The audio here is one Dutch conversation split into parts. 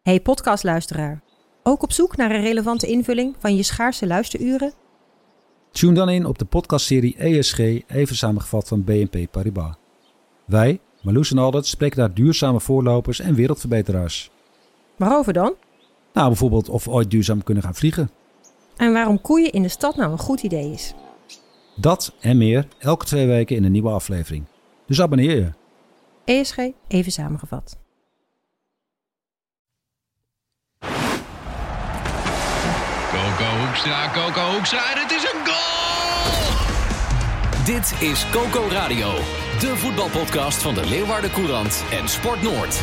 Hey podcastluisteraar, ook op zoek naar een relevante invulling van je schaarse luisteruren? Tune dan in op de podcastserie ESG, even samengevat van BNP Paribas. Wij, Marloes en Aldert, spreken daar duurzame voorlopers en wereldverbeteraars. Waarover dan? Nou, bijvoorbeeld of we ooit duurzaam kunnen gaan vliegen. En waarom koeien in de stad nou een goed idee is? Dat en meer elke 2 weken in een nieuwe aflevering. Dus abonneer je. ESG, even samengevat. Coco Hoekstra en het is een goal! Dit is Coco Radio, de voetbalpodcast van de Leeuwarden Courant en Sport Noord.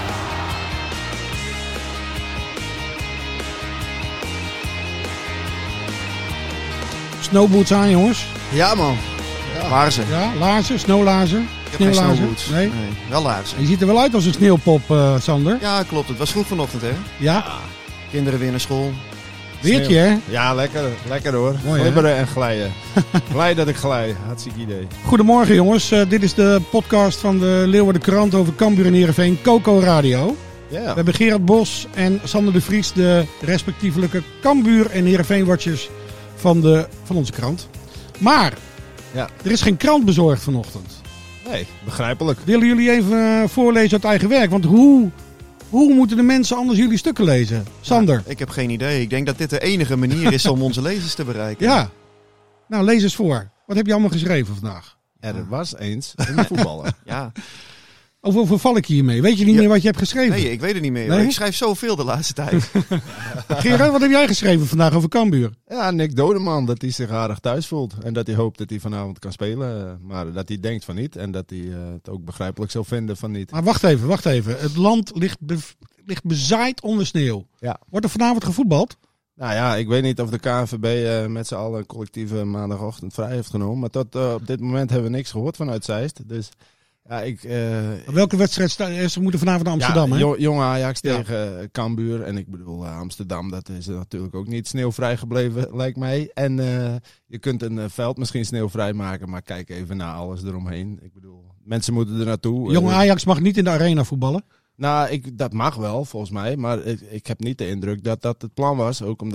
Snowboots aan, jongens. Ja, man. Ja. Laarzen. Ja, laarzen, snowlaarzen. Ik heb geen snowboots. Nee, wel laarzen. Je ziet er wel uit als een sneeuwpop, Sander. Ja, klopt. Het was vroeg vanochtend, hè? Ja. Kinderen weer naar school. Weertje, hè? Ja, lekker hoor. Mooi, glibberen en glijden. Blij dat ik glij. Hartstikke idee. Goedemorgen, jongens. Dit is de podcast van de Leeuwarden Courant over Cambuur en Heerenveen, Coco Radio. Ja. We hebben Gerard Bos en Sander de Vries, de respectievelijke Cambuur en Heerenveen-watchers van onze krant. Maar, er is geen krant bezorgd vanochtend. Nee, begrijpelijk. Willen jullie even voorlezen uit eigen werk? Want hoe moeten de mensen anders jullie stukken lezen? Sander? Ja, ik heb geen idee. Ik denk dat dit de enige manier is om onze lezers te bereiken. Ja. Nou, lees eens voor. Wat heb je allemaal geschreven vandaag? Er was eens een voetballer. Ja. Over val ik hiermee? Weet je niet meer wat je hebt geschreven? Nee, ik weet het niet meer. Nee? Ik schrijf zoveel de laatste tijd. Gerard, wat heb jij geschreven vandaag over Cambuur? Ja, Nick Dodeman, dat hij zich aardig thuis voelt. En dat hij hoopt dat hij vanavond kan spelen. Maar dat hij denkt van niet. En dat hij het ook begrijpelijk zal vinden van niet. Maar wacht even. Het land ligt bezaaid onder sneeuw. Ja. Wordt er vanavond gevoetbald? Nou ja, ik weet niet of de KNVB met z'n allen een collectieve maandagochtend vrij heeft genomen. Maar tot op dit moment hebben we niks gehoord vanuit Zeist. Dus... Ja, welke wedstrijd ze moeten vanavond naar Amsterdam, hè? Jong Ajax tegen Cambuur. En ik bedoel, Amsterdam, dat is natuurlijk ook niet sneeuwvrij gebleven, lijkt mij. En je kunt een veld misschien sneeuwvrij maken, maar kijk even naar alles eromheen. Ik bedoel, mensen moeten er naartoe. Jong Ajax mag niet in de arena voetballen? Nou, dat mag wel, volgens mij. Maar ik heb niet de indruk dat dat het plan was. Ook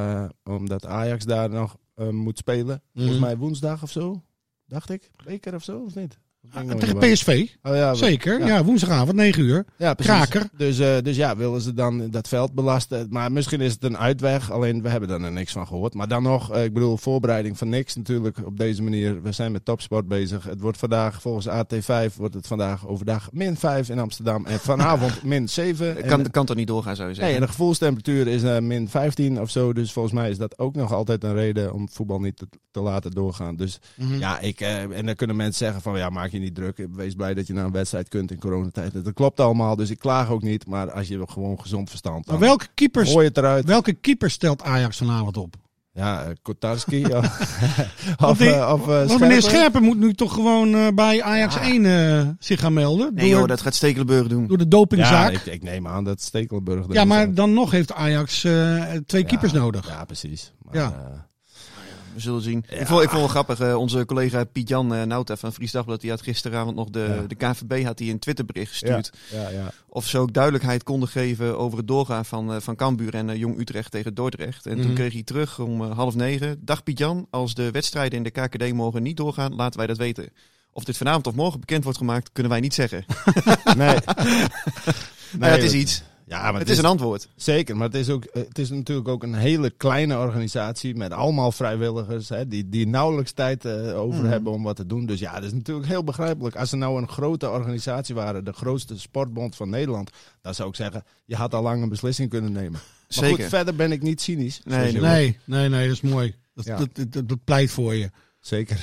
omdat Ajax daar nog moet spelen. Volgens mij woensdag of zo, dacht ik. Beker of zo, of niet? Tegen PSV? Oh, ja, zeker. Ja, woensdagavond, 9 uur. Ja, precies. Kraker. Dus ja, willen ze dan dat veld belasten. Maar misschien is het een uitweg. Alleen, we hebben er niks van gehoord. Maar dan nog, ik bedoel, voorbereiding van niks natuurlijk op deze manier. We zijn met topsport bezig. Het wordt vandaag, volgens AT5, wordt het vandaag overdag -5 in Amsterdam. En vanavond -7. Kan toch niet doorgaan, zou je zeggen? Nee, en de gevoelstemperatuur is -15 of zo. Dus volgens mij is dat ook nog altijd een reden om voetbal niet te laten doorgaan. Dus ja, en dan kunnen mensen zeggen van, ja, maak je niet druk. Wees blij dat je naar een wedstrijd kunt in coronatijd. Dat klopt allemaal, dus ik klaag ook niet. Maar als je gewoon gezond verstand... Maar gooi je het eruit. Welke keeper stelt Ajax vanavond op? Ja, Kotarski. Want meneer Scherpen moet nu toch gewoon bij Ajax 1 zich gaan melden. Nee joh, dat gaat Stekelenburg doen. Door de dopingzaak. Ja, ik neem aan dat Stekelenburg... Ja, maar dan nog heeft Ajax 2 keepers nodig. Ja, precies. Maar, ja. We zullen zien. Ja. Ik vond het wel grappig. Onze collega Piet-Jan Nauta van Fries Dagblad, die had gisteravond nog de KNVB had hij een Twitterbericht gestuurd. Ja. Of ze ook duidelijkheid konden geven over het doorgaan van Cambuur en Jong Utrecht tegen Dordrecht. En toen kreeg hij terug om 8:30. Dag Piet-Jan, als de wedstrijden in de KKD mogen niet doorgaan, laten wij dat weten. Of dit vanavond of morgen bekend wordt gemaakt, kunnen wij niet zeggen. Nee. Maar het is iets. Ja, maar het is een antwoord. Zeker, maar het is natuurlijk ook een hele kleine organisatie met allemaal vrijwilligers die nauwelijks tijd over hebben om wat te doen. Dus ja, dat is natuurlijk heel begrijpelijk. Als er nou een grote organisatie waren, de grootste sportbond van Nederland, dan zou ik zeggen, je had al lang een beslissing kunnen nemen. Maar zeker. Goed, verder ben ik niet cynisch. Nee, dat is mooi. Dat pleit voor je. Zeker.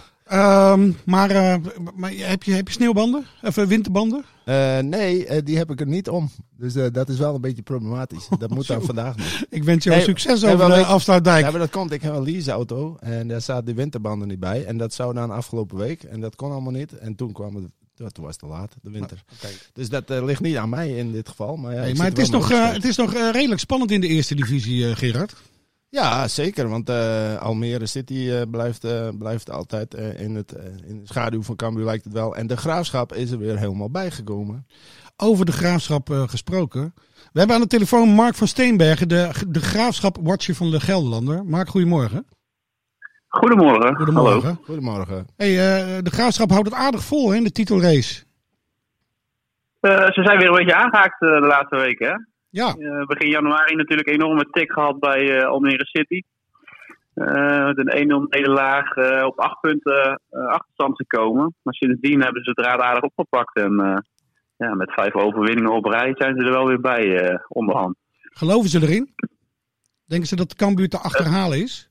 Maar heb je sneeuwbanden? Of winterbanden? Nee, die heb ik er niet om. Dus dat is wel een beetje problematisch. Dat moet dan vandaag nog. Ik wens jou succes over de afsluitdijk. Ja, maar dat komt. Ik heb een leaseauto en daar zaten de winterbanden niet bij. En dat zou dan afgelopen week. En dat kon allemaal niet. En toen kwam het... Toen was het te laat, de winter. Okay. Dus dat ligt niet aan mij in dit geval. Maar, ja, maar het is nog redelijk spannend in de eerste divisie, Gerard. Ja, zeker. Want Almere City blijft altijd in de schaduw van Cambuur, lijkt het wel. En de Graafschap is er weer helemaal bijgekomen. Over de Graafschap gesproken. We hebben aan de telefoon Mark van Steenbergen, de Graafschap-watcher van de Gelderlander. Mark, goedemorgen. Goedemorgen. Goedemorgen. Hallo. Goedemorgen. Hey, de Graafschap houdt het aardig vol in de titelrace. Ze zijn weer een beetje aangehaakt de laatste weken, hè? Ja. Begin januari natuurlijk een enorme tik gehad bij Almere City. Met een 1-0 nederlaag op 8 punten achterstand gekomen. Maar sindsdien hebben ze het aardig opgepakt. En met 5 overwinningen op rij zijn ze er wel weer bij onderhand. Geloven ze erin? Denken ze dat de Cambuur te achterhalen is?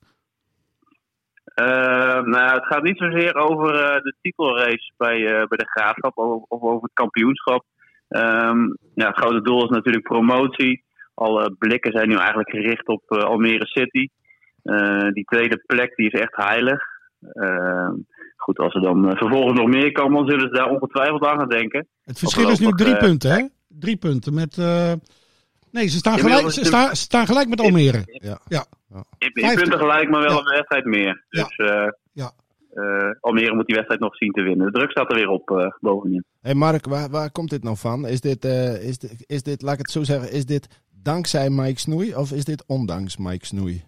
Het gaat niet zozeer over de titelrace bij de Graafschap of over het kampioenschap. Het grote doel is natuurlijk promotie. Alle blikken zijn nu eigenlijk gericht op Almere City. Die tweede plek die is echt heilig. Goed, als er dan vervolgens nog meer kan, dan zullen ze daar ongetwijfeld aan gaan denken. Het verschil is nu 3 punten, hè? 3 punten met... Nee, ze staan gelijk met Almere. Ja. In punten gelijk, maar wel een wedstrijd meer. Dus Almere moet die wedstrijd nog zien te winnen. De druk staat er weer op bovenin. Hey Mark, waar komt dit nou van? Is dit, laat ik het zo zeggen, is dit dankzij Mike Snoei of is dit ondanks Mike Snoei?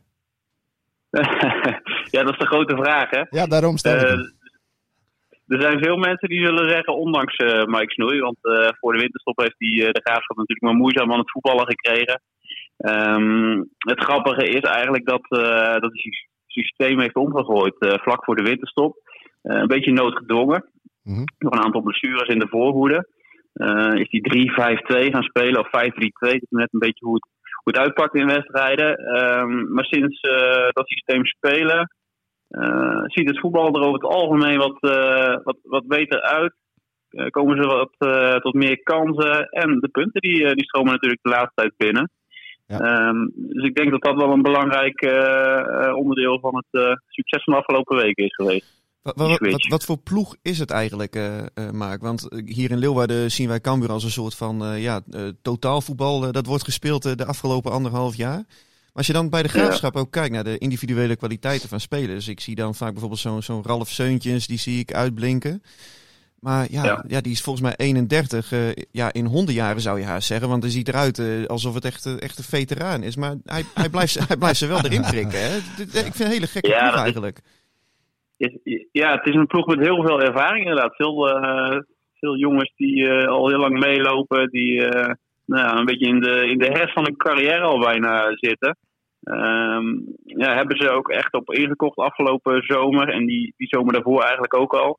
Ja, dat is de grote vraag, hè? Ja, daarom stel ik hem. Er zijn veel mensen die zullen zeggen ondanks Mike Snoei. Want voor de winterstop heeft de Graafschap natuurlijk maar moeizaam aan het voetballen gekregen. Het grappige is eigenlijk dat het systeem heeft omgegooid vlak voor de winterstop. Een beetje noodgedwongen. Door een aantal blessures in de voorhoede. Is die 3-5-2 gaan spelen of 5-3-2. Dat is net een beetje hoe het uitpakt in wedstrijden. Maar sinds dat systeem spelen ziet het voetbal er over het algemeen wat beter uit. Komen ze tot meer kansen. En de punten die stromen natuurlijk de laatste tijd binnen. Ja. Dus ik denk dat dat wel een belangrijk onderdeel van het succes van de afgelopen weken is geweest. Wat voor ploeg is het eigenlijk, Mark? Want hier in Leeuwarden zien wij Cambuur als een soort van totaalvoetbal. Dat wordt gespeeld de afgelopen 1,5 jaar. Maar als je dan bij de Graafschap ook kijkt naar de individuele kwaliteiten van spelers. Ik zie dan vaak bijvoorbeeld zo'n Ralf Seuntjens, die zie ik uitblinken. Maar die is volgens mij 31. In hondenjaren zou je haast zeggen. Want hij ziet eruit alsof het echt een veteraan is. Maar hij blijft ze wel erin prikken. Hè? Ik vind een hele gekke ploeg eigenlijk. Het is een ploeg met heel veel ervaring inderdaad. Veel jongens die al heel lang meelopen. Die een beetje in de herfst van hun carrière al bijna zitten. Hebben ze ook echt op ingekocht afgelopen zomer. En die zomer daarvoor eigenlijk ook al.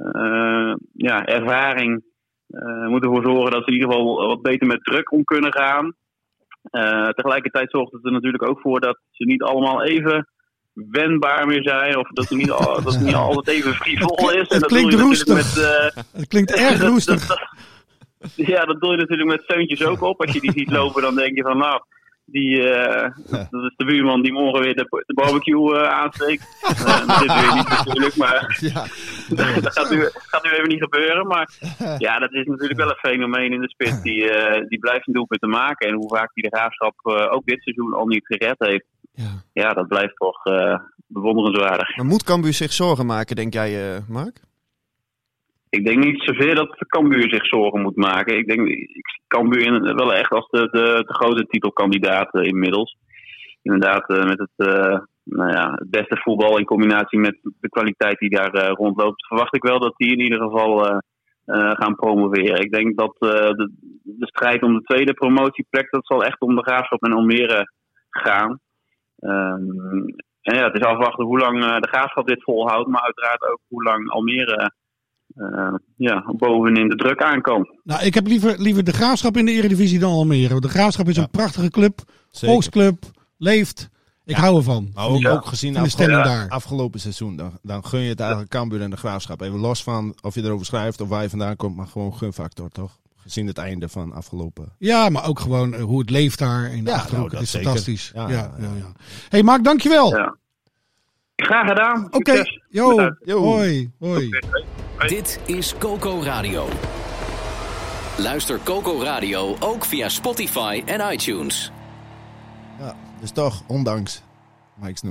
Ervaring moet ervoor zorgen dat ze in ieder geval wat beter met druk om kunnen gaan. Tegelijkertijd zorgt het er natuurlijk ook voor dat ze niet allemaal even wendbaar meer zijn. Of dat het niet altijd even frivol is. Het klinkt roestig. Het klinkt erg roestig. Dat doe je natuurlijk met Seuntjes ook op. Als je die ziet lopen, dan denk je van dat is de buurman die morgen weer de barbecue aansteekt. Dat zit weer niet natuurlijk, maar dat gaat nu even niet gebeuren. Maar dat is natuurlijk wel een fenomeen in de spits die blijft een doelpunt te maken. En hoe vaak die de Graafschap ook dit seizoen al niet gered heeft. Ja, dat blijft toch bewonderenswaardig. Maar moet Cambuur zich zorgen maken, denk jij, Mark? Ik denk niet zoveel dat Cambuur zich zorgen moet maken. Ik zie Cambuur wel echt als de grote titelkandidaat inmiddels. Inderdaad, met het beste voetbal in combinatie met de kwaliteit die daar rondloopt, verwacht ik wel dat die in ieder geval gaan promoveren. Ik denk dat de strijd om de tweede promotieplek, dat zal echt om de Graafschap en Almere gaan. Het is afwachten hoe lang de Graafschap dit volhoudt, maar uiteraard ook hoe lang Almere bovenin de druk aankomt. Nou, ik heb liever de Graafschap in de Eredivisie dan Almere. De Graafschap is een prachtige club, volksclub, leeft. Ik hou ervan. Ook gezien afgelopen seizoen, dan gun je het eigenlijk Cambuur en de Graafschap. Even los van of je erover schrijft of waar je vandaan komt, maar gewoon gunfactor, toch? Gezien het einde van afgelopen. Ja, maar ook gewoon hoe het leeft daar in de Achterhoek. Het is zeker fantastisch. Ja. Hey Mark, dankjewel. Ja. Graag gedaan. Oké. Yo. Hoi. Dit is Coco Radio. Luister Coco Radio ook via Spotify en iTunes. Ja, dus toch, ondanks Mike Snoei.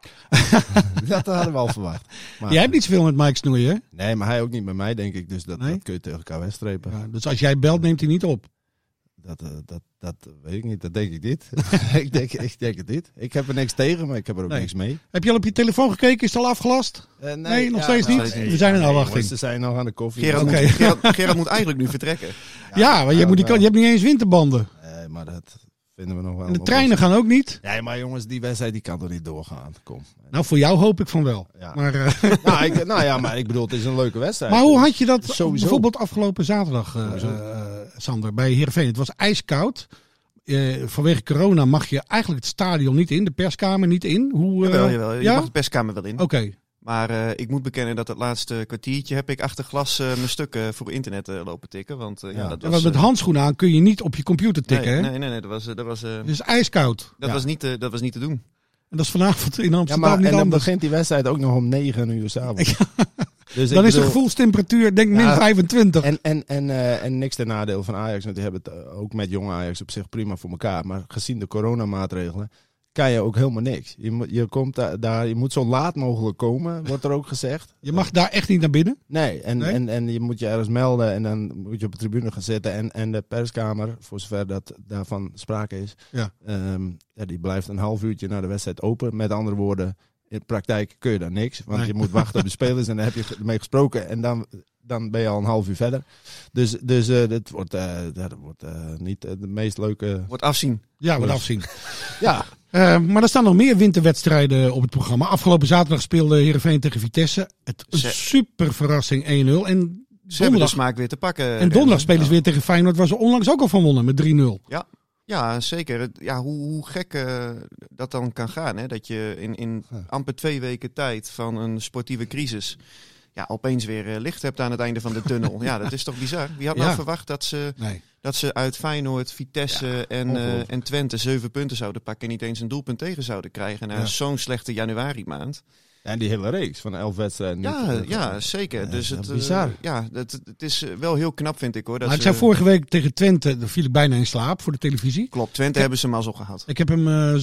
Dat hadden we al verwacht. Maar, Jij hebt niet zoveel met Mike Snoei, hè? Nee, maar hij ook niet met mij, denk ik. Dus dat Nee? kun je tegen elkaar wegstrepen. Ja, dus als jij belt, neemt hij niet op. Dat weet ik niet. Dat denk ik niet. ik denk het niet. Ik heb er niks tegen, maar ik heb er ook niks mee. Heb je al op je telefoon gekeken? Is het al afgelast? Nee, nog steeds niet? We zijn in afwachting. Ze zijn nog aan de koffie. Gerard moet eigenlijk nu vertrekken. Ja, want je hebt niet eens winterbanden. Nee, maar dat vinden we nog wel. En de treinen gaan ook niet. Nee, maar jongens, die wedstrijd die kan toch niet doorgaan. Kom. Nou, voor jou hoop ik van wel. Ja. Maar, maar ik bedoel, het is een leuke wedstrijd. maar hoe had je dat Sowieso. bijvoorbeeld afgelopen zaterdag, Sander, bij Heerenveen? Het was ijskoud. Vanwege corona mag je eigenlijk het stadion niet in, de perskamer niet in. Jawel. Je ja? mag de perskamer wel in. Oké. Maar ik moet bekennen dat het laatste kwartiertje heb ik achter glas mijn stukken voor internet lopen tikken. Want dat was... Want met handschoenen aan kun je niet op je computer tikken, hè? Nee, dat was Het is ijskoud. dat was niet te doen. En dat is vanavond in Amsterdam maar, niet en dan anders. begint die wedstrijd ook nog om 9 uur 's avonds. Dus Dan is de gevoelstemperatuur denk ik min 25. En niks ten nadeel van Ajax, want die hebben het ook met jong Ajax op zich prima voor elkaar. Maar gezien de coronamaatregelen kan je ook helemaal niks. Je komt daar, je moet zo laat mogelijk komen, wordt er ook gezegd. Je mag daar echt niet naar binnen? Nee, en je moet je ergens melden en dan moet je op de tribune gaan zitten. En de perskamer, voor zover dat daarvan sprake is, die blijft een half uurtje na de wedstrijd open. Met andere woorden, in de praktijk kun je daar niks. Want je moet wachten op de spelers en dan heb je ermee gesproken en dan ben je al een half uur verder. Dus dit wordt niet de meest leuke... Wordt afzien. Ja, wordt afzien. Ja. Maar er staan nog meer winterwedstrijden op het programma. Afgelopen zaterdag speelde Heerenveen tegen Vitesse. Een super verrassing 1-0. En Ze hebben de donderdag, smaak weer te pakken. en donderdag spelen ze weer tegen Feyenoord, waar ze onlangs ook al van wonnen met 3-0. Ja, zeker. Ja, hoe gek dat dan kan gaan. Hè? Dat je in amper 2 weken tijd van een sportieve crisis opeens weer licht hebt aan het einde van de tunnel. Ja, dat is toch bizar. Wie had nou verwacht dat ze uit Feyenoord, Vitesse en Twente 7 punten zouden pakken en niet eens een doelpunt tegen zouden krijgen na zo'n slechte januari maand. En die hele reeks van 11 wedstrijden. Ja, zeker. Dus het, bizar. Het is wel heel knap, vind ik hoor. Dat Maar ik zei vorige week tegen Twente, daar viel ik bijna in slaap voor de televisie. Klopt, Twente hebben ze mazzel gehad. Ik heb hem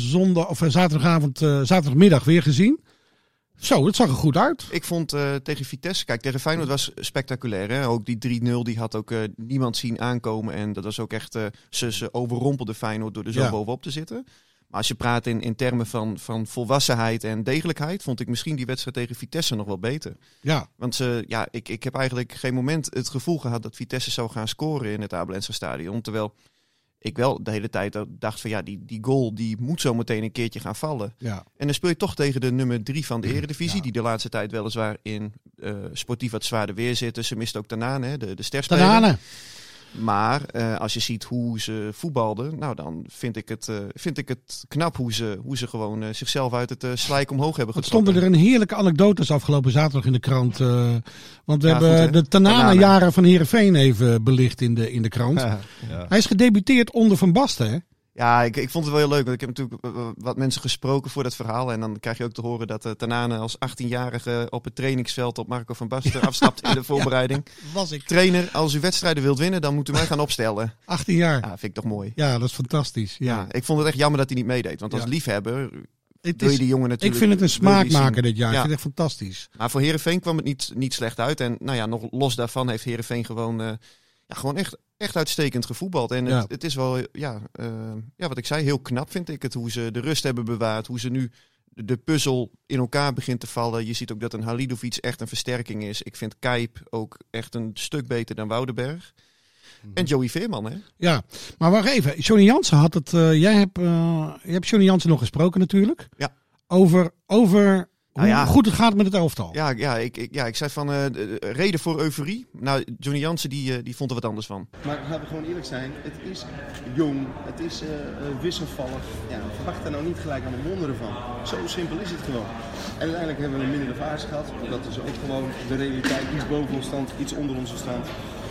zaterdagmiddag weer gezien. Zo, het zag er goed uit. Ik vond tegen Vitesse, tegen Feyenoord was spectaculair. Hè? Ook die 3-0, die had ook niemand zien aankomen. En dat was ook echt, ze overrompelde Feyenoord door er zo bovenop te zitten. Maar als je praat in termen van volwassenheid en degelijkheid, vond ik misschien die wedstrijd tegen Vitesse nog wel beter. Ja. Want ik heb eigenlijk geen moment het gevoel gehad dat Vitesse zou gaan scoren in het Abelense stadion. Terwijl ik wel de hele tijd dacht van die goal die moet zo meteen een keertje gaan vallen. Ja. En dan speel je toch tegen de nummer 3 van de Eredivisie, die de laatste tijd weliswaar in sportief wat zwaarder weer zitten. Ze mist ook Tanane, de sterspeler. Tanane. Maar als je ziet hoe ze voetbalden, nou dan vind ik het knap hoe ze gewoon zichzelf uit het slijk omhoog hebben getrokken. Stonden er een heerlijke anekdotes afgelopen zaterdag in de krant. Want we hebben de Tanane-jaren van Heerenveen even belicht in de krant. Ja. Hij is gedebuteerd onder Van Basten, hè? Ja, ik vond het wel heel leuk. Want ik heb natuurlijk wat mensen gesproken voor dat verhaal. En dan krijg je ook te horen dat Tanane als 18-jarige op het trainingsveld op Marco van Basten afstapt in de voorbereiding. Was ik. Trainer, als u wedstrijden wilt winnen, dan moet u mij gaan opstellen. 18 jaar. Ja, vind ik toch mooi. Ja, dat is fantastisch. Ja. Ik vond het echt jammer dat hij niet meedeed. Want als liefhebber wil je die jongen natuurlijk... Ik vind het een smaakmaker dit jaar. Ik vind het echt fantastisch. Maar voor Heerenveen kwam het niet slecht uit. En nog los daarvan heeft Heerenveen gewoon echt uitstekend gevoetbald. En het is wel, wat ik zei, heel knap vind ik het. Hoe ze de rust hebben bewaard. Hoe ze nu de puzzel in elkaar begint te vallen. Je ziet ook dat een Halilovic echt een versterking is. Ik vind Kijp ook echt een stuk beter dan Woudenberg. En Joey Veerman, hè? Ja, maar wacht even. Johnny Jansen had het... je hebt Johnny Jansen nog gesproken natuurlijk. Ja. Over hoe goed het gaat met het elftal. Ik zei van reden voor euforie. Nou, Johnny Jansen die vond er wat anders van. Maar laten we gewoon eerlijk zijn. Het is jong. Het is wisselvallig. Ja, verwacht er nou niet gelijk aan de wonderen van. Zo simpel is het gewoon. En uiteindelijk hebben we een mindere fase gehad. Dat is ook gewoon de realiteit. Iets boven ons stand, iets onder onze stand.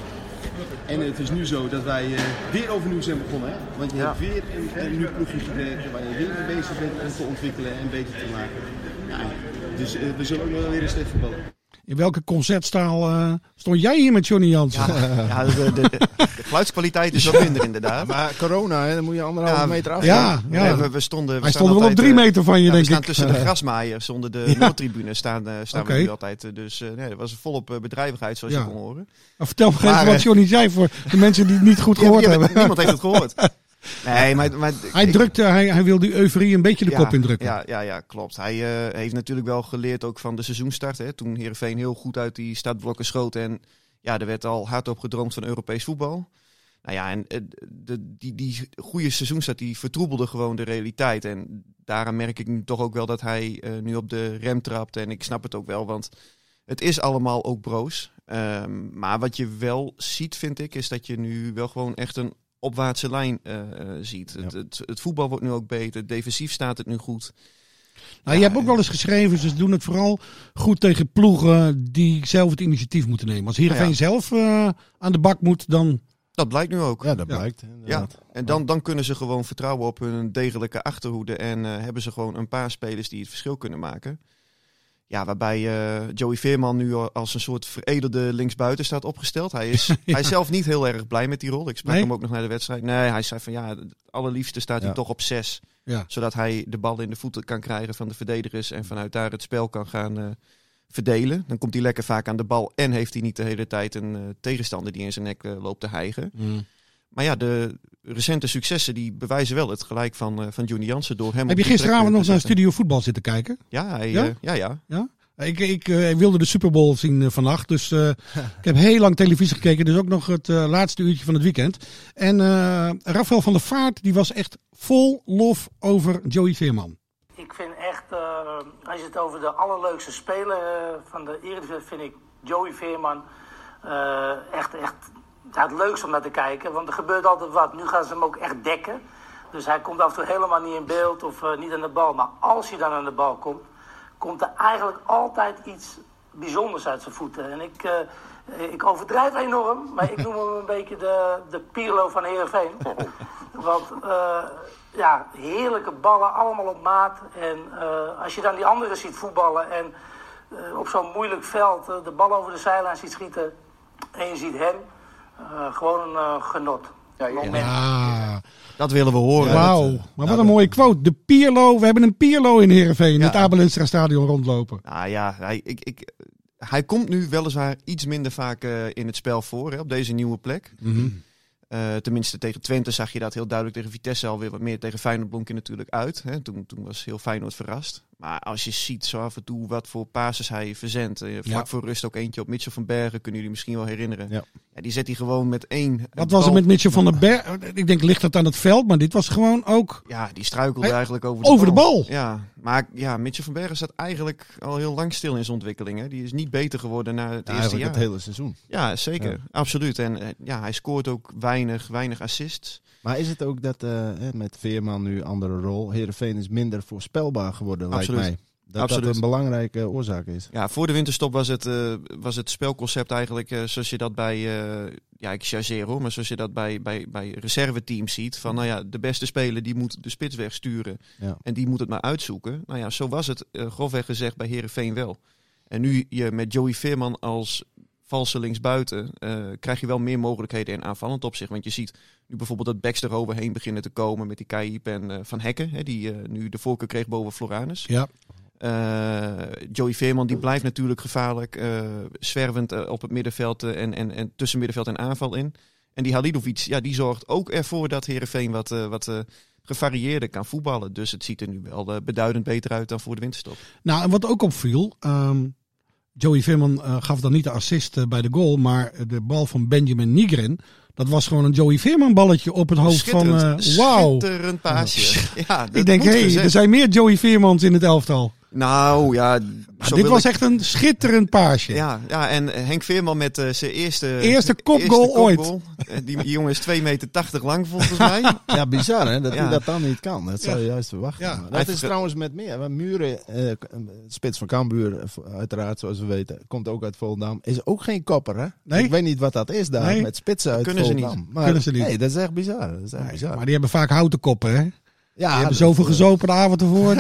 En het is nu zo dat wij weer overnieuw zijn begonnen. Hè? Want je hebt weer een nieuw ploegje gekregen waar je weer mee bezig bent om te ontwikkelen en beter te maken. Ja, dus we zullen ook nog wel weer een slecht voetballen. In welke concertzaal stond jij hier met Johnny Jansen? Ja, de geluidskwaliteit is wat minder inderdaad. Maar corona, hè, dan moet je 1,5 meter af. Ja. We stonden Hij stond wel op 3 meter van je, denk ik. We staan tussen de grasmaaiers, onder de Noordtribune staan we nu altijd. Dus dat was volop bedrijvigheid, zoals je kon horen. Maar vertel me even wat Johnny zei voor de mensen die het niet goed gehoord hebben. Niemand heeft het gehoord. Nee, maar hij wil die euforie een beetje de kop indrukken. Ja, klopt. Hij heeft natuurlijk wel geleerd ook van de seizoenstart. Hè, toen Heerenveen heel goed uit die startblokken schoot. En er werd al hard op gedroomd van Europees voetbal. Nou ja, en die goede seizoenstart die vertroebelde gewoon de realiteit. En daaraan merk ik nu toch ook wel dat hij nu op de rem trapt. En ik snap het ook wel, want het is allemaal ook broos. Maar wat je wel ziet, vind ik, is dat je nu wel gewoon echt een opwaartse lijn ziet. Ja. Het voetbal wordt nu ook beter. Defensief staat het nu goed. Nou, je hebt ook wel eens geschreven, ze doen het vooral goed tegen ploegen die zelf het initiatief moeten nemen. Als Heerenveen zelf aan de bak moet, dan... Dat blijkt nu ook. Ja, dat blijkt. Ja. En dan kunnen ze gewoon vertrouwen op hun degelijke achterhoede. En hebben ze gewoon een paar spelers die het verschil kunnen maken. Ja, waarbij Joey Veerman nu als een soort veredelde linksbuiten staat opgesteld. Hij is zelf niet heel erg blij met die rol. Ik sprak hem ook nog naar de wedstrijd. Nee, hij zei van het allerliefste staat hij toch op 6. Ja. Zodat hij de bal in de voeten kan krijgen van de verdedigers. En vanuit daar het spel kan gaan verdelen. Dan komt hij lekker vaak aan de bal. En heeft hij niet de hele tijd een tegenstander die in zijn nek loopt te hijgen. Mm. Maar ja, de recente successen die bewijzen wel het gelijk van Johnny Jansen door hem. Heb je gisteravond nog naar Studio Voetbal zitten kijken? Ja? Ik wilde de Super Bowl zien vannacht. Dus ik heb heel lang televisie gekeken. Dus ook nog het laatste uurtje van het weekend. En Rafael van der Vaart die was echt vol lof over Joey Veerman. Ik vind echt, als je het over de allerleukste speler van de Eredivisie vind ik Joey Veerman echt het leukste om naar te kijken. Want er gebeurt altijd wat. Nu gaan ze hem ook echt dekken. Dus hij komt af en toe helemaal niet in beeld of niet aan de bal. Maar als hij dan aan de bal komt, komt er eigenlijk altijd iets bijzonders uit zijn voeten. En ik overdrijf enorm, maar ik noem hem een beetje de Pirlo van Heerenveen. Want heerlijke ballen, allemaal op maat. En als je dan die anderen ziet voetballen en op zo'n moeilijk veld de bal over de zijlijn ziet schieten en je ziet hem, gewoon een genot. Ja. Dat willen we horen. Wauw, maar wat een mooie quote. De Pirlo, we hebben een Pirlo in Heerenveen in het Abel Enstra Stadion rondlopen. Nou ja, hij komt nu weliswaar iets minder vaak in het spel voor, hè, op deze nieuwe plek. Mm-hmm. Tenminste tegen Twente zag je dat heel duidelijk, tegen Vitesse alweer wat meer, tegen Feyenoord blonk je natuurlijk uit. Hè. Toen was heel Feyenoord verrast. Maar als je ziet zo af en toe wat voor passes hij verzendt. Vlak voor rust ook eentje op Mitchell van Bergen, kunnen jullie misschien wel herinneren. Ja. Ja, die zet hij gewoon met 1. Wat was er met Mitchell van den Bergen? Ik denk, ligt dat aan het veld, maar dit was gewoon ook... Ja, die struikelde eigenlijk over de bal. Ja, maar Mitchell van Bergen staat eigenlijk al heel lang stil in zijn ontwikkeling. Hè. Die is niet beter geworden na het eerste jaar. Het hele seizoen. Ja, zeker. Ja. Absoluut. En hij scoort ook weinig assists. Maar is het ook dat met Veerman nu andere rol, Heerenveen is minder voorspelbaar geworden, lijkt mij. Dat een belangrijke oorzaak is. Ja, voor de winterstop was het spelconcept eigenlijk zoals je dat bij, ik chargeer hoor, maar zoals je dat bij reserveteams ziet. Van de beste speler die moet de spits wegsturen en die moet het maar uitzoeken. Nou ja, zo was het grofweg gezegd bij Heerenveen wel. En nu je met Joey Veerman als valse linksbuiten krijg je wel meer mogelijkheden in aanvallend opzicht. Want je ziet nu bijvoorbeeld dat backs er overheen beginnen te komen met die Kaïp en Van Hekken. Hè, die nu de voorkeur kreeg boven Floranus. Ja. Joey Veerman die blijft natuurlijk gevaarlijk, zwervend op het middenveld en tussen middenveld en aanval in. En die Halilovic, die zorgt ook ervoor dat Heerenveen wat gevarieerder kan voetballen. Dus het ziet er nu wel beduidend beter uit dan voor de winterstop. Nou, en wat ook opviel, Joey Veerman gaf dan niet de assist bij de goal, maar de bal van Benjamin Nygren, dat was gewoon een Joey Veerman balletje op het hoofd van wauw. Schitterend paasje. Ik denk, er zijn meer Joey Veermans in het elftal. Nou ja, dit was echt een schitterend paasje. Ja, en Henk Veerman met zijn eerste kopgoal ooit. Die jongen is 2,80 meter lang volgens mij. Ja, bizar hè, dat hij dat dan niet kan. Dat zou je juist verwachten. Ja. Dat is trouwens met meer. Muren, spits van Cambuur, uiteraard zoals we weten, komt ook uit Volendam. Is ook geen kopper hè? Nee? Ik weet niet wat dat is daar met spitsen uit Volendam. Kunnen ze niet. Nee, dat is echt bizar. Maar die hebben vaak houten koppen hè? Die hebben zoveel gezopen de avond ervoor.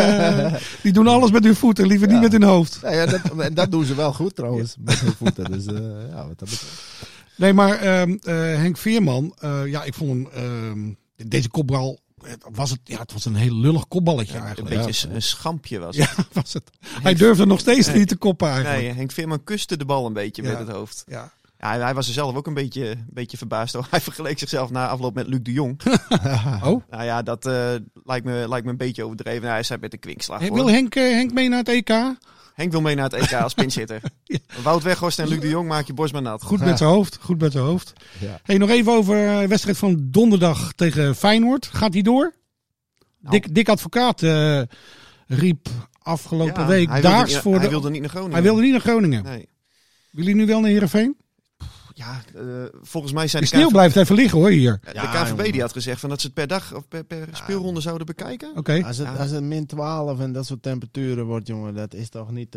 Die doen alles met hun voeten, liever niet met hun hoofd. En dat doen ze wel goed trouwens, met hun voeten. Dus wat dat betreft. Nee, maar Henk Veerman, ik vond hem, deze kopbal, het was een heel lullig kopballetje eigenlijk. Een beetje een schampje was het. Ja, was het. Hij durfde nog steeds niet te koppen eigenlijk. Nee, Henk Veerman kuste de bal een beetje met het hoofd. Ja. Ja, hij was er zelf ook een beetje verbaasd over. Hij vergeleek zichzelf na afloop met Luc de Jong. Oh? Nou ja, dat lijkt me een beetje overdreven. Hij zei met de kwinkslag. Wil Henk mee naar het EK? Henk wil mee naar het EK als pinchitter. Ja. Wout Weghorst en Luc de Jong maak je borst maar nat. Goed met zijn hoofd. Ja. Hey, nog even over de wedstrijd van donderdag tegen Feyenoord. Gaat die door? Nou. Dick Advocaat riep afgelopen week hij wilde niet naar Groningen. Hij wilde niet naar Groningen. Nee. Wil hij nu wel naar Heerenveen? Ja, volgens mij zijn de sneeuw blijft even liggen hoor hier. De KNVB die had gezegd van dat ze het per dag of per speelronde zouden bekijken. Okay. Als het min 12 en dat soort temperaturen wordt, jongen, dat is toch niet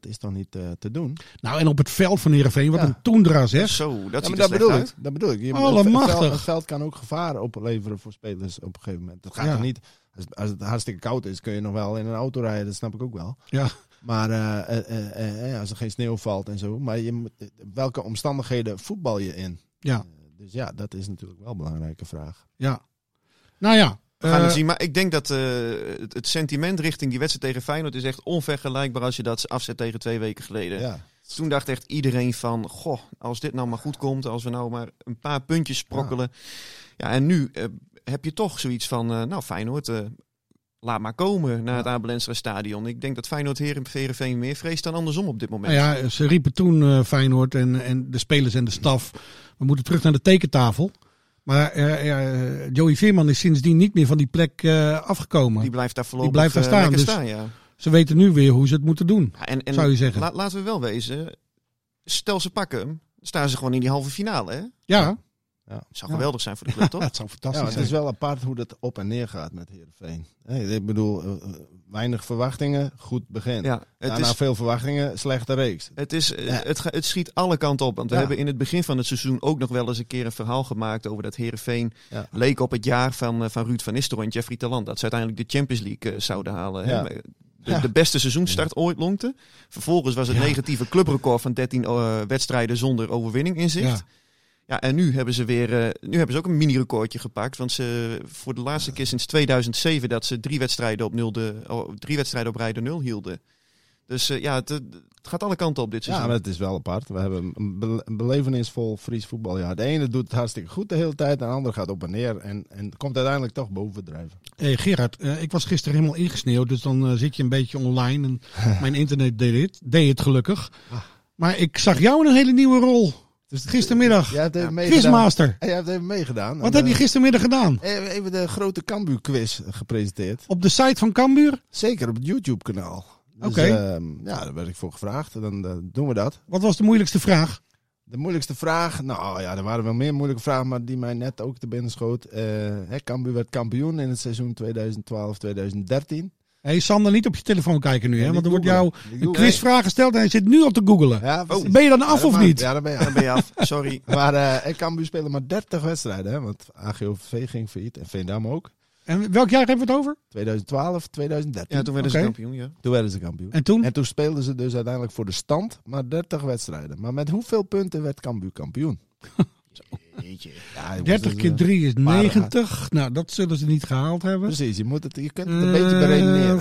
te doen. Nou, en op het veld van Heerenveen, wat een toendra zeg. Zo, dat ziet er slecht uit. Dat bedoel ik. Het veld kan ook gevaar opleveren voor spelers op een gegeven moment. Dat gaat er niet. Als het hartstikke koud is, kun je nog wel in een auto rijden. Dat snap ik ook wel. Ja. Maar als er geen sneeuw valt en zo. Maar welke omstandigheden voetbal je in? Ja. Dus ja, dat is natuurlijk wel een belangrijke vraag. Ja. Nou ja. We gaan het zien. Maar ik denk dat het sentiment richting die wedstrijd tegen Feyenoord is echt onvergelijkbaar als je dat afzet tegen 2 weken geleden. Ja. Toen dacht echt iedereen van, goh, als dit nou maar goed komt, als we nou maar een paar puntjes sprokkelen. Ja, en nu heb je toch zoiets van, Feyenoord, laat maar komen naar het Abel Enstra Stadion. Ik denk dat Feyenoord Heerenveen meer vreest dan andersom op dit moment. Nou ja, ze riepen toen Feyenoord en de spelers en de staf, we moeten terug naar de tekentafel. Maar Joey Veerman is sindsdien niet meer van die plek afgekomen. Die blijft daar voorlopig staan. Ja. Ze weten nu weer hoe ze het moeten doen, en zou je zeggen. Laten we wel wezen, stel ze pakken hem, staan ze gewoon in die halve finale. Hè? Ja. Het zou geweldig zijn voor de club, toch? Het zou fantastisch zijn. Het is wel apart hoe dat op en neer gaat met Heerenveen. Ik bedoel, weinig verwachtingen, goed begin. Ja, Daarna veel verwachtingen, slechte reeks. Het schiet alle kanten op. Want we hebben in het begin van het seizoen ook nog wel eens een keer een verhaal gemaakt over dat Heerenveen leek op het jaar van Ruud van Nistelrooy en Jeffrey Talant. Dat ze uiteindelijk de Champions League zouden halen. Ja. De beste seizoensstart ooit lonkte. Vervolgens was het negatieve clubrecord van 13 wedstrijden zonder overwinning in zicht. Ja, en nu hebben ze ook een mini-recordje gepakt. Want ze voor de laatste keer sinds 2007 dat ze 3 wedstrijden op rij de 0 hielden. Dus het gaat alle kanten op dit seizoen. Ja, maar het is wel apart. We hebben een belevenisvol Fries voetbaljaar. De ene doet het hartstikke goed de hele tijd. En de andere gaat op en neer. En komt uiteindelijk toch bovendrijven. Hey Gerard, ik was gisteren helemaal ingesneeuwd. Dus dan zit je een beetje online. En mijn internet deed het gelukkig. Maar ik zag jou in een hele nieuwe rol. Dus gistermiddag. Jij hebt even Quizmaster. Jij hebt even meegedaan. Wat heb je gistermiddag gedaan? Even de grote Cambuur quiz gepresenteerd. Op de site van Cambuur? Zeker, op het YouTube kanaal. Dus, Oké. Daar werd ik voor gevraagd. Dan doen we dat. Wat was de moeilijkste vraag? De moeilijkste vraag? Nou ja, er waren wel meer moeilijke vragen, maar die mij net ook te binnen schoot. Cambuur werd kampioen in het seizoen 2012-2013. Hey Sander, niet op je telefoon kijken nu, hè? Want er wordt jou een quizvraag gesteld en hij zit nu al te googlen. Ja, ben je dan af of niet? Ja, dan ben je af. Sorry. Maar Cambuur speelde maar 30 wedstrijden, hè? Want AGOVV ging failliet en Veendam ook. En welk jaar hebben we het over? 2012, 2013. Ja, toen werden ze kampioen, ja. Toen werden ze kampioen. En toen? En toen speelden ze dus uiteindelijk voor de stand maar 30 wedstrijden. Maar met hoeveel punten werd Cambuur kampioen? Ja, 30 keer 3 is 90. Nou, dat zullen ze niet gehaald hebben. Precies, je kunt het een beetje beredeneren.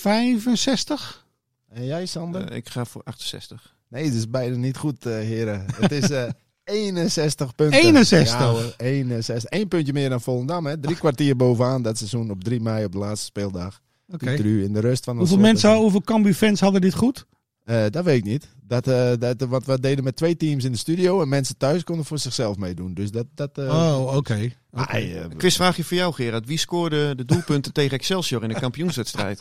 65? En jij, Sander? Ik ga voor 68. Nee, het is beide niet goed, heren. Het is 61 punten. 61? Ja, hoor, 61. 1 puntje meer dan Volendam, hè. 3 kwartier bovenaan dat seizoen op 3 mei op de laatste speeldag. Oké. In de rust van hoeveel Cambuur-fans hadden dit goed? Dat weet ik niet. Wat we deden met 2 teams in de studio en mensen thuis konden voor zichzelf meedoen. Dus oké. Quizvraagje voor jou, Gerard. Wie scoorde de doelpunten tegen Excelsior in de kampioenswedstrijd?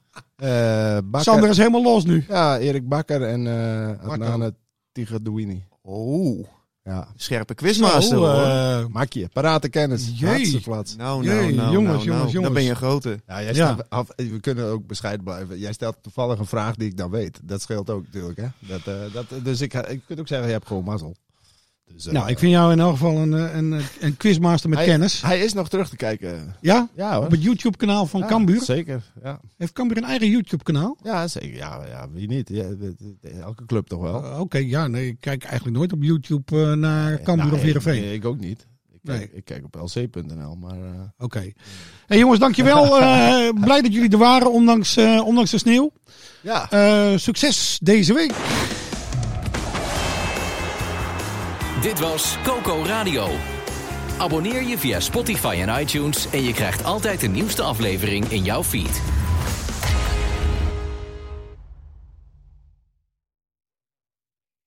Sander is helemaal los nu. Ja, Erik Bakker en Adnan Tigredouini. Oh, ja. Scherpe quizmaster hoor. Makje, parate kennis. Nou, jongens. Dan ben je een grote. Ja, we kunnen ook bescheiden blijven. Jij stelt toevallig een vraag die ik dan weet. Dat scheelt ook natuurlijk, hè. Dus ik kunt ook zeggen, je hebt gewoon mazzel. Dus, Nou, ik vind jou in elk geval een quizmaster met kennis. Hij is nog terug te kijken. Ja? Ja hoor. Op het YouTube-kanaal van Cambuur? Zeker, ja. Heeft Cambuur een eigen YouTube-kanaal? Ja, zeker. Ja, wie niet? Ja, elke club toch wel. Oké, ik kijk eigenlijk nooit op YouTube naar Cambuur of Heerenveen. Nee, ik ook niet. Ik kijk op lc.nl, maar... Oké. Hey jongens, dankjewel. Blij dat jullie er waren, ondanks de sneeuw. Ja. Succes deze week. Dit was Coco Radio. Abonneer je via Spotify en iTunes en je krijgt altijd de nieuwste aflevering in jouw feed.